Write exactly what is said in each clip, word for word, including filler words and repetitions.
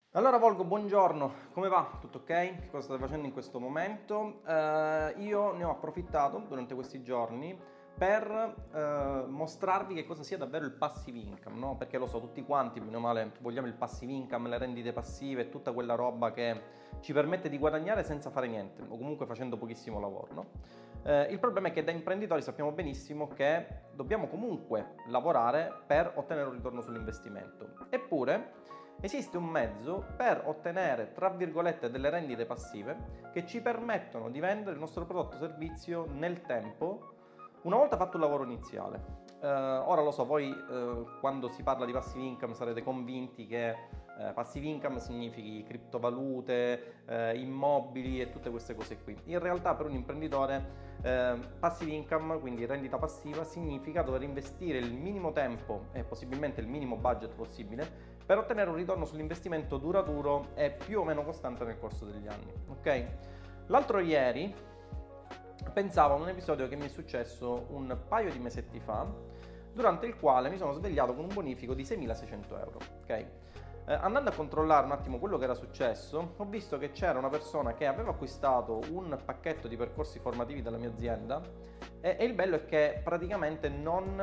Allora Volgo, buongiorno, come va? Tutto ok? Che cosa state facendo in questo momento? Eh, io ne ho approfittato durante questi giorni per eh, mostrarvi che cosa sia davvero il passive income, no? Perché lo so, tutti quanti, bene o male, vogliamo il passive income, le rendite passive e tutta quella roba che ci permette di guadagnare senza fare niente, o comunque facendo pochissimo lavoro, no? Eh, il problema è che da imprenditori sappiamo benissimo che dobbiamo comunque lavorare per ottenere un ritorno sull'investimento. Eppure esiste un mezzo per ottenere, tra virgolette, delle rendite passive che ci permettono di vendere il nostro prodotto o servizio nel tempo una volta fatto il lavoro iniziale. Eh, ora lo so, voi eh, quando si parla di passive income sarete convinti che eh, passive income significhi criptovalute, eh, immobili e tutte queste cose qui. In realtà per un imprenditore eh, passive income, quindi rendita passiva, significa dover investire il minimo tempo e possibilmente il minimo budget possibile per ottenere un ritorno sull'investimento duraturo e più o meno costante nel corso degli anni. Ok? L'altro ieri pensavo a un episodio che mi è successo un paio di mesetti fa, durante il quale mi sono svegliato con un bonifico di seimilaseicento euro. Ok? Eh, andando a controllare un attimo quello che era successo, ho visto che c'era una persona che aveva acquistato un pacchetto di percorsi formativi dalla mia azienda e, e il bello è che praticamente non,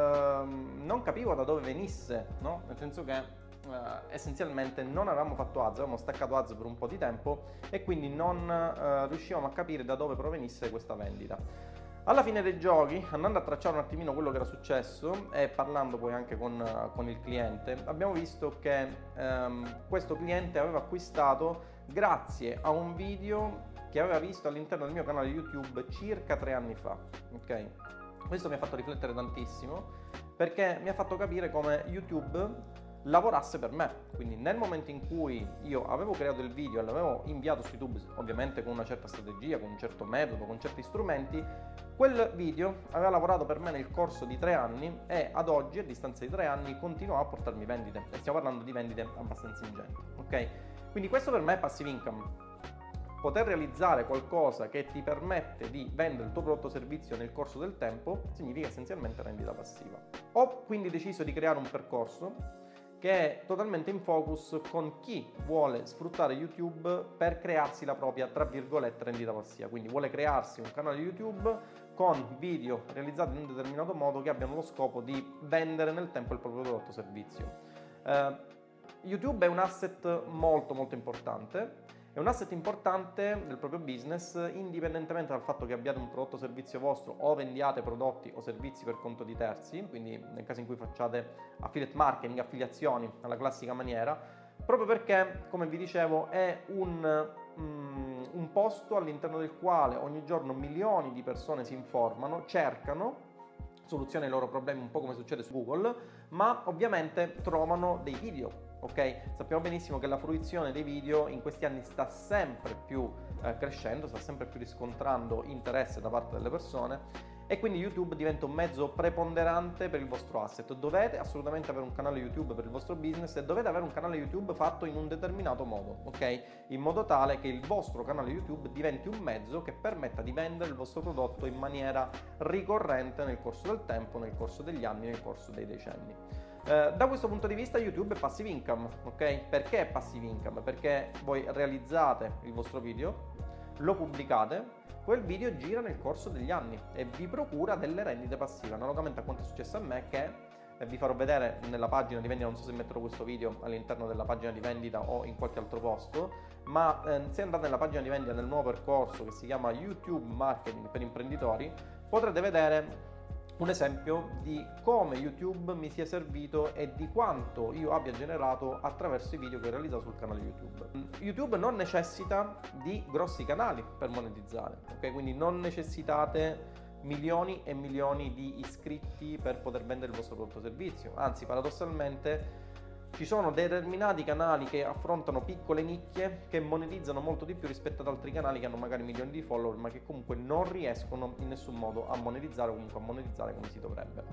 ehm, non capivo da dove venisse, no? Nel senso che Uh, essenzialmente non avevamo fatto ads, avevamo staccato ads per un po' di tempo e quindi non uh, riuscivamo a capire da dove provenisse questa vendita. Alla fine dei giochi, andando a tracciare un attimino quello che era successo e parlando poi anche con, uh, con il cliente, abbiamo visto che um, questo cliente aveva acquistato grazie a un video che aveva visto all'interno del mio canale YouTube circa tre anni fa. Ok? Questo mi ha fatto riflettere tantissimo perché mi ha fatto capire come YouTube lavorasse per me. Quindi nel momento in cui io avevo creato il video e l'avevo inviato su YouTube, ovviamente con una certa strategia, con un certo metodo, con certi strumenti, quel video aveva lavorato per me nel corso di tre anni e ad oggi, a distanza di tre anni, continua a portarmi vendite e stiamo parlando di vendite abbastanza ingenti. Ok? Quindi questo per me è passive income. Poter realizzare qualcosa che ti permette di vendere il tuo prodotto o servizio nel corso del tempo significa essenzialmente rendita passiva. Ho quindi deciso di creare un percorso che è totalmente in focus con chi vuole sfruttare YouTube per crearsi la propria, tra virgolette, rendita passiva. Quindi vuole crearsi un canale YouTube con video realizzati in un determinato modo che abbiano lo scopo di vendere nel tempo il proprio prodotto o servizio. Uh, YouTube è un asset molto molto importante. È un asset importante del proprio business indipendentemente dal fatto che abbiate un prodotto o servizio vostro o vendiate prodotti o servizi per conto di terzi, quindi nel caso in cui facciate affiliate marketing, affiliazioni alla classica maniera, proprio perché, come vi dicevo, è un, um, un posto all'interno del quale ogni giorno milioni di persone si informano, cercano soluzioni ai loro problemi, un po' come succede su Google, ma ovviamente trovano dei video. Ok? Sappiamo benissimo che la fruizione dei video in questi anni sta sempre più eh, crescendo, sta sempre più riscontrando interesse da parte delle persone e quindi YouTube diventa un mezzo preponderante per il vostro asset. Dovete assolutamente avere un canale YouTube per il vostro business e dovete avere un canale YouTube fatto in un determinato modo, ok? In modo tale che il vostro canale YouTube diventi un mezzo che permetta di vendere il vostro prodotto in maniera ricorrente nel corso del tempo, nel corso degli anni, nel corso dei decenni. Uh, da questo punto di vista YouTube è passive income, ok? Perché è passive income? Perché voi realizzate il vostro video, lo pubblicate, quel video gira nel corso degli anni e vi procura delle rendite passive, analogamente a quanto è successo a me che eh, vi farò vedere nella pagina di vendita, non so se metterò questo video all'interno della pagina di vendita o in qualche altro posto, ma eh, se andate nella pagina di vendita nel nuovo percorso che si chiama YouTube Marketing per imprenditori, potrete vedere un esempio di come YouTube mi sia servito e di quanto io abbia generato attraverso i video che ho realizzato sul canale YouTube. YouTube non necessita di grossi canali per monetizzare, ok? Quindi non necessitate milioni e milioni di iscritti per poter vendere il vostro prodotto o servizio, anzi paradossalmente ci sono determinati canali che affrontano piccole nicchie che monetizzano molto di più rispetto ad altri canali che hanno magari milioni di follower ma che comunque non riescono in nessun modo a monetizzare o comunque a monetizzare come si dovrebbe.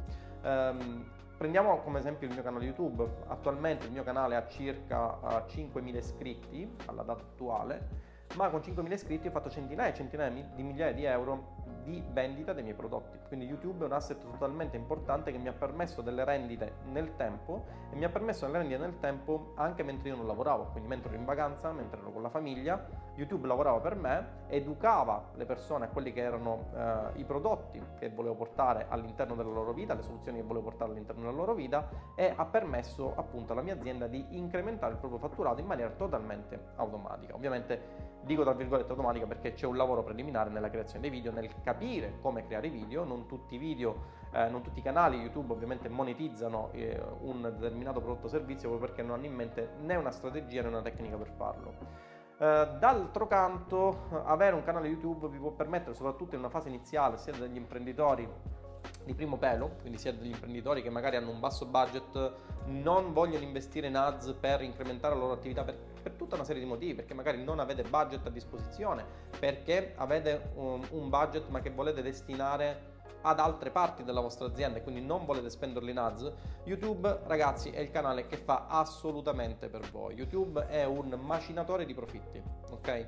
Um, prendiamo come esempio il mio canale YouTube. Attualmente il mio canale ha circa uh, cinquemila iscritti alla data attuale, ma con cinquemila iscritti ho fatto centinaia e centinaia di migliaia di euro di vendita dei miei prodotti. Quindi YouTube è un asset totalmente importante che mi ha permesso delle rendite nel tempo e mi ha permesso delle rendite nel tempo anche mentre io non lavoravo, quindi mentre ero in vacanza, mentre ero con la famiglia, YouTube lavorava per me, educava le persone a quelli che erano eh, i prodotti che volevo portare all'interno della loro vita, le soluzioni che volevo portare all'interno della loro vita, e ha permesso appunto alla mia azienda di incrementare il proprio fatturato in maniera totalmente automatica. Ovviamente dico tra virgolette automatica perché c'è un lavoro preliminare nella creazione dei video, nel capire come creare i video. Non tutti i video, eh, non tutti i canali YouTube ovviamente monetizzano eh, un determinato prodotto o servizio proprio perché non hanno in mente né una strategia né una tecnica per farlo. Uh, d'altro canto, avere un canale YouTube vi può permettere, soprattutto in una fase iniziale, sia degli imprenditori di primo pelo, quindi sia degli imprenditori che magari hanno un basso budget, non vogliono investire in ads per incrementare la loro attività per, per tutta una serie di motivi, perché magari non avete budget a disposizione, perché avete un, un budget ma che volete destinare ad altre parti della vostra azienda e quindi non volete spenderli in ads. YouTube, ragazzi, è il canale che fa assolutamente per voi. YouTube è un macinatore di profitti, ok?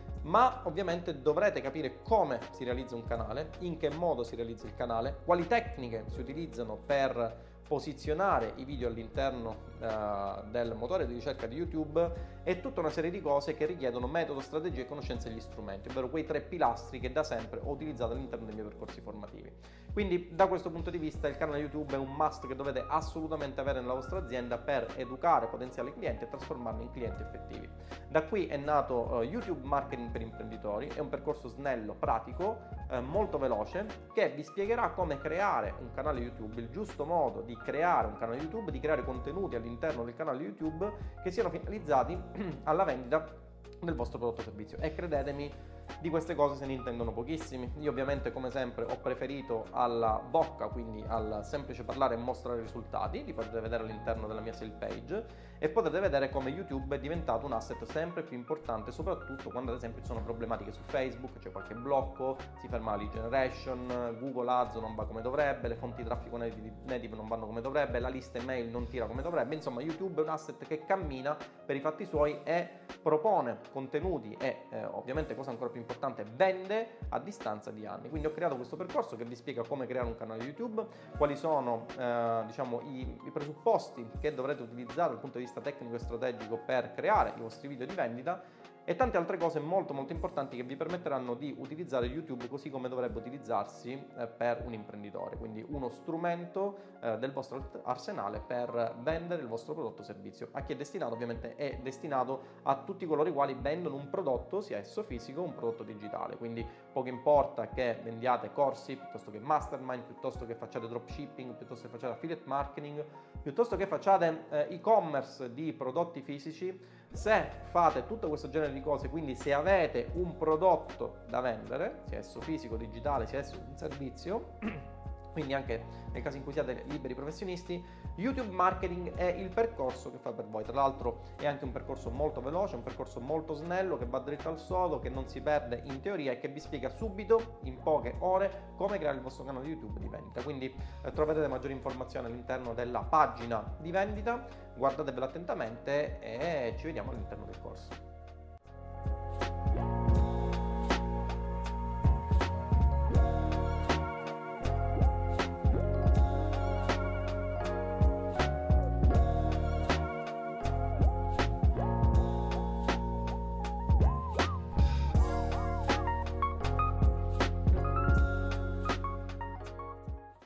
Ma ovviamente dovrete capire come si realizza un canale, in che modo si realizza il canale, quali tecniche si utilizzano per posizionare i video all'interno uh, del motore di ricerca di YouTube e tutta una serie di cose che richiedono metodo, strategia, conoscenza degli strumenti, ovvero quei tre pilastri che da sempre ho utilizzato all'interno dei miei percorsi formativi. Quindi da questo punto di vista il canale YouTube è un must che dovete assolutamente avere nella vostra azienda per educare potenziali clienti e trasformarli in clienti effettivi. Da qui è nato uh, YouTube Marketing per imprenditori, è un percorso snello, pratico, eh, molto veloce, che vi spiegherà come creare un canale YouTube, il giusto modo di creare un canale YouTube, di creare contenuti all'interno del canale YouTube che siano finalizzati alla vendita del vostro prodotto o servizio. E credetemi, di queste cose se ne intendono pochissimi. Io ovviamente, come sempre, ho preferito alla bocca, quindi al semplice parlare e mostrare i risultati. Li potete vedere all'interno della mia sale page e potete vedere come YouTube è diventato un asset sempre più importante, soprattutto quando ad esempio ci sono problematiche su Facebook, c'è qualche blocco, si ferma la lead generation, Google Ads non va come dovrebbe, le fonti di traffico native, native non vanno come dovrebbe, la lista email non tira come dovrebbe. Insomma, YouTube è un asset che cammina per i fatti suoi e propone contenuti e eh, ovviamente, cosa ancora più importante, vende a distanza di anni. Quindi ho creato questo percorso che vi spiega come creare un canale YouTube, quali sono eh, diciamo i, i presupposti che dovrete utilizzare dal punto di vista tecnico e strategico per creare i vostri video di vendita e tante altre cose molto molto importanti che vi permetteranno di utilizzare YouTube così come dovrebbe utilizzarsi eh, per un imprenditore, quindi uno strumento eh, del vostro arsenale per vendere il vostro prodotto o servizio. A chi è destinato? Ovviamente è destinato a tutti coloro i quali vendono un prodotto, sia esso fisico o un prodotto digitale, quindi poco importa che vendiate corsi, piuttosto che mastermind, piuttosto che facciate dropshipping, piuttosto che facciate affiliate marketing, piuttosto che facciate eh, e-commerce di prodotti fisici. Se fate tutto questo genere di cose, quindi se avete un prodotto da vendere, sia esso fisico, digitale, sia esso un servizio, quindi anche nel caso in cui siate liberi professionisti, YouTube Marketing è il percorso che fa per voi. Tra l'altro è anche un percorso molto veloce, un percorso molto snello, che va dritto al sodo, che non si perde in teoria e che vi spiega subito, in poche ore, come creare il vostro canale YouTube di vendita. Quindi eh, troverete maggiori informazioni all'interno della pagina di vendita, guardatevelo attentamente e ci vediamo all'interno del corso.